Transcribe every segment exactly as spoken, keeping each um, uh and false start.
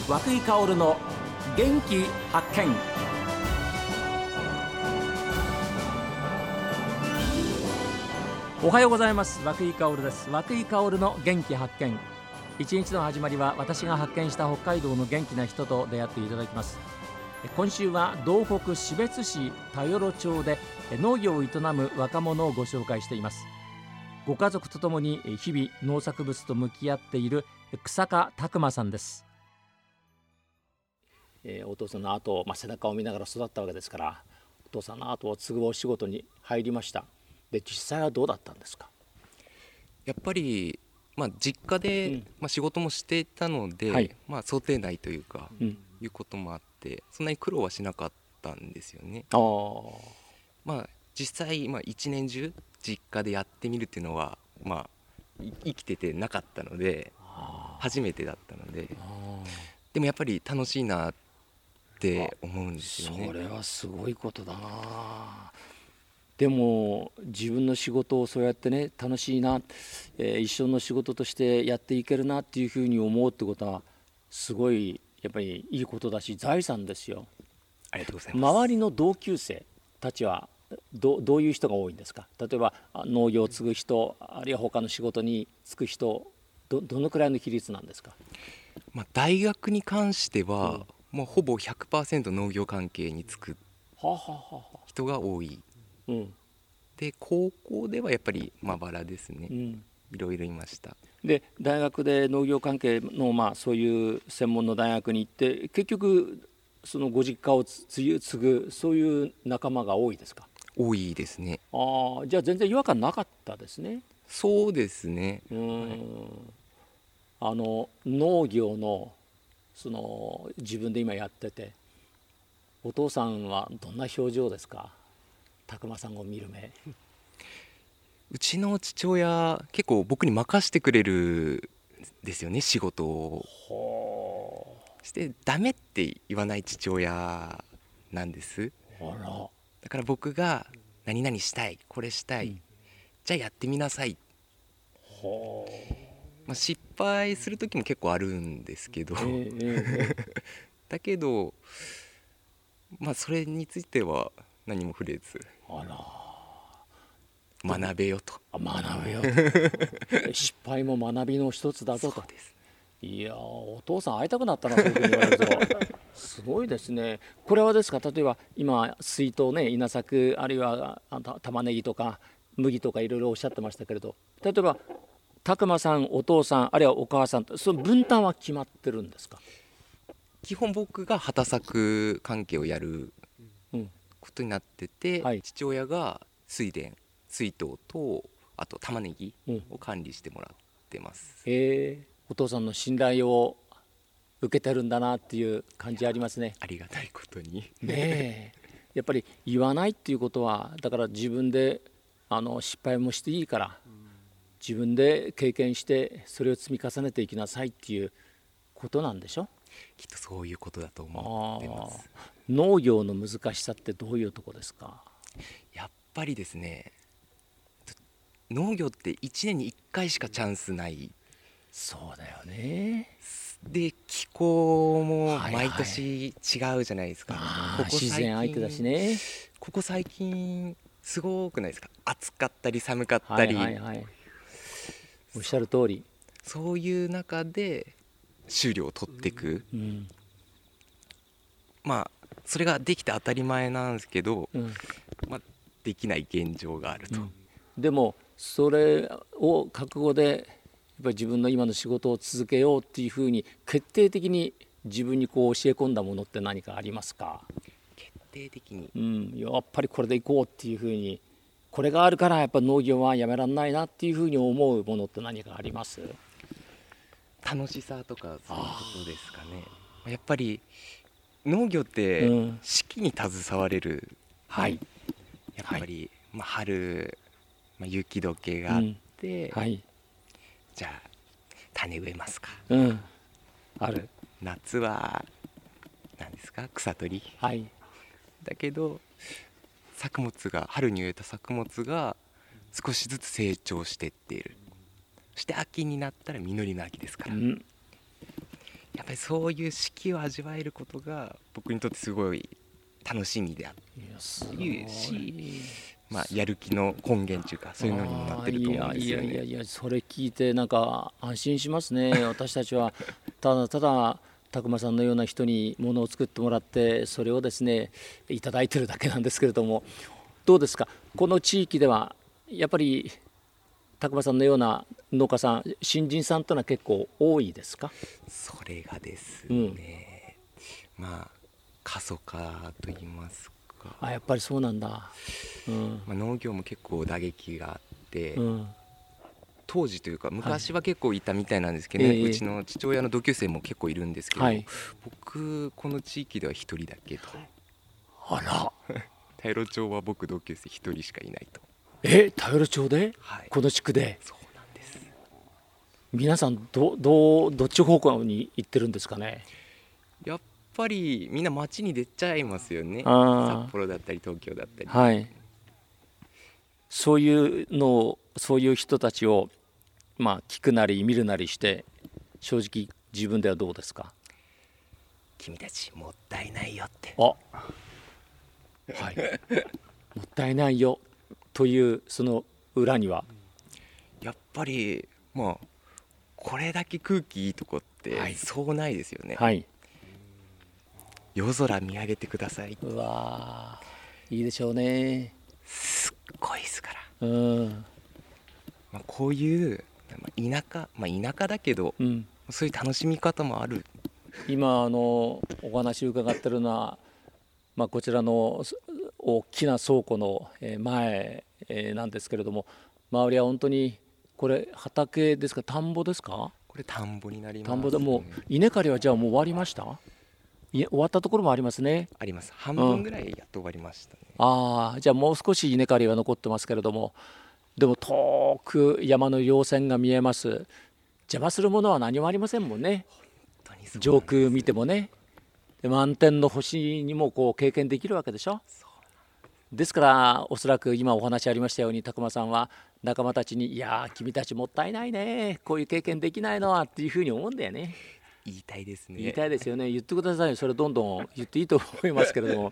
和久井薫の元気発見。おはようございます。和久井薫です。和久井薫の元気発見。一日の始まりは私が発見した北海道の元気な人と出会っていただきます。今週は道北標津市田与町で農業を営む若者をご紹介しています。ご家族とともに日々農作物と向き合っている草加拓磨さんです。えー、お父さんの後、まあ、背中を見ながら育ったわけですから、お父さんの後を継ぐお仕事に入りました。で、実際はどうだったんですか？ やっぱり、まあ、実家で、うんまあ、仕事もしていたので、はいまあ、想定内というか、うん、いうこともあってそんなに苦労はしなかったんですよね。あ、まあ、実際、まあ、一年中実家でやってみるっていうのは、まあ、生きててなかったので初めてだったので、でもやっぱり楽しいなって思うんですよね。 それはすごいことだな。でも自分の仕事をそうやってね楽しいな、えー、一生の仕事としてやっていけるなっていうふうに思うってことはすごいやっぱりいいことだし財産ですよ。 ありがとうございます。 周りの同級生たちは ど, どういう人が多いんですか？例えば農業を継ぐ人あるいは他の仕事に就く人 ど, どのくらいの比率なんですか？ まあ、大学に関しては、うん、もうほぼ ひゃくパーセント 農業関係に就く人が多い。うん、で高校ではやっぱりまばらですね、うん、いろいろいました。 で大学で農業関係の、まあ、そういう専門の大学に行って結局そのご実家を継ぐそういう仲間が多いですか？ 多いですね。 ああ、じゃあ全然違和感なかったですね。 そうですね。 うん、はい、あの農業のその自分で今やっててお父さんはどんな表情ですか？拓磨さんを見る目。 うちの父親結構僕に任せてくれるんですよね、仕事を。ほー。してダメって言わない父親なんです。あら。だから僕が何々したいこれしたい、うん、じゃあやってみなさい。ほー。まあ、失敗する時も結構あるんですけど、えーえー、だけどまあそれについては何も触れず、あら学べよと。 あ学べよと失敗も学びの一つだぞと。 そうです。 いやお父さん会いたくなったな、そういうふうに言われるとすごいですね。これはですか、例えば今水筒ね稲作あるいは玉ねぎとか麦とかいろいろおっしゃってましたけれど、例えば拓磨さんお父さんあるいはお母さんその分担は決まってるんですか？ 基本僕が畑作関係をやることになってて、うんはい、父親が水田水筒とあと玉ねぎを管理してもらってます、 うん、へー。お父さんの信頼を受けてるんだなっていう感じありますね。 ありがたいことにねえやっぱり言わないっていうことはだから自分であの失敗もしていいから自分で経験してそれを積み重ねていきなさいっていうことなんでしょ。 きっとそういうことだと思ってます。 農業の難しさってどういうとこですか？ やっぱりですね、農業っていちねんにいっかいしかチャンスない。 そうだよね。 で気候も毎年違うじゃないですか、はいはい、ここ自然相手だしね。 ここ最近すごくないですか、暑かったり寒かったり、はいはいはい、 おっしゃる通り。 そういう中で収量を取っていく、うん、まあそれができて当たり前なんですけど、うんまあ、できない現状があると、うん、 でもそれを覚悟でやっぱり自分の今の仕事を続けようっていうふうに決定的に自分にこう教え込んだものって何かありますか？ 決定的に、 うん、やっぱりこれでいこうっていうふうにこれがあるからやっぱ農業はやめられないなっていうふうに思うものって何かあります？ 楽しさとかそういうことですかね。やっぱり農業って四季に携われる、うんはい、やっぱり、はいまあ、春、まあ、雪解けがあって、うんはいじゃあ種植えますか、うん、ある。夏は何ですか草取り、はい、だけど作物が春に植えた作物が少しずつ成長していっている。そして秋になったら実りの秋ですから、うん、 やっぱりそういう四季を味わえることが僕にとってすごい楽しみであっていうし、まあ、やる気の根源というかそういうのにもなってると思うんですよね。 いやいやいやいや、それ聞いてなんか安心しますね。私たちはただただ拓磨さんのような人にものを作ってもらってそれをですねいただいてるだけなんですけれども、どうですかこの地域ではやっぱり拓磨さんのような農家さん新人さんというのは結構多いですか？ それがですね、うん、まあ過疎化と言いますか、 あやっぱりそうなんだ、うんまあ、農業も結構打撃があって、 うん、 当時というか昔は結構いたみたいなんですけどね、はい、うちの父親の同級生も結構いるんですけど、はい、僕この地域では一人だけと。 あら田代町は僕同級生一人しかいないと。 え田代町で、はい、この地区で。 そうなんです。 皆さん ど, ど, どっち方向に行ってるんですかね？ やっぱりみんな街に出ちゃいますよね。札幌だったり東京だったり、 はい、そういうのをそういう人たちをまあ聞くなり見るなりして正直自分ではどうですか？ 君たちもったいないよって。 あ、はい、もったいないよというその裏にはやっぱりまあこれだけ空気いいとこってそうないですよね。 はい、 夜空見上げてください。 うわいいでしょうね。 すっごいですから、 うんまあ、こういう田舎、まあ、田舎だけど、うん、そういう楽しみ方もある。 今あのお話伺ってるのは、まあ、こちらの大きな倉庫の前なんですけれども、周りは本当にこれ畑ですか田んぼですか？ これ田んぼになります、ね、 田んぼでもう稲刈りはじゃあもう終わりました？い終わったところもありますね。 あります。半分ぐらいやっと終わりましたね、 うん、ああじゃあもう少し稲刈りは残ってますけれども、でも遠く山の稜線が見えます。邪魔するものは何もありませんもんね。 本当にそう。 上空見てもね、で満天の星にもこう経験できるわけでしょ。ですからおそらく今お話ありましたように拓磨さんは仲間たちにいやー君たちもったいないねこういう経験できないのはっていうふうに思うんだよね。 言いたいですね。 言いたいですよね。言ってください。それどんどん言っていいと思いますけれども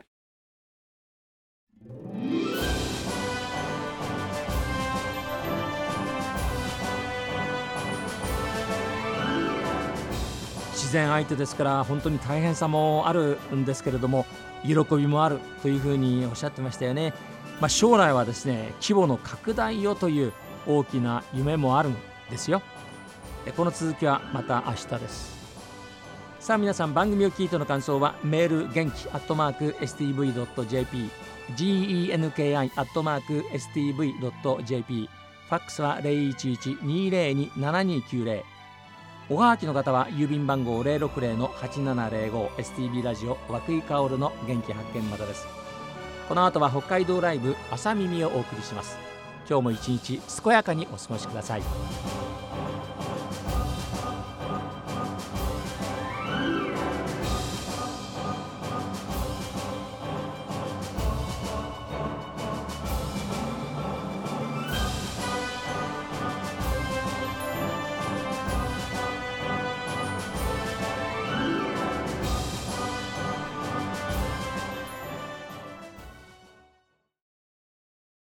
自然相手ですから本当に大変さもあるんですけれども喜びもあるというふうにおっしゃってましたよね。まあ、将来はですね規模の拡大をという大きな夢もあるんですよ。この続きはまた明日です。さあ皆さん番組を聞いての感想はメール元気アットマーク エスティーブイドットジェーピー genki アットマーク エスティーブイドットジェーピー ファックスは ゼロいちいち にゼロに ななにきゅうゼロ、おはがきの方は郵便番号 ゼロろくゼロのはちななゼロご エスティービー ラジオ涌井薫の元気発見までです。この後は北海道ライブ朝耳をお送りします。今日も一日健やかにお過ごしください。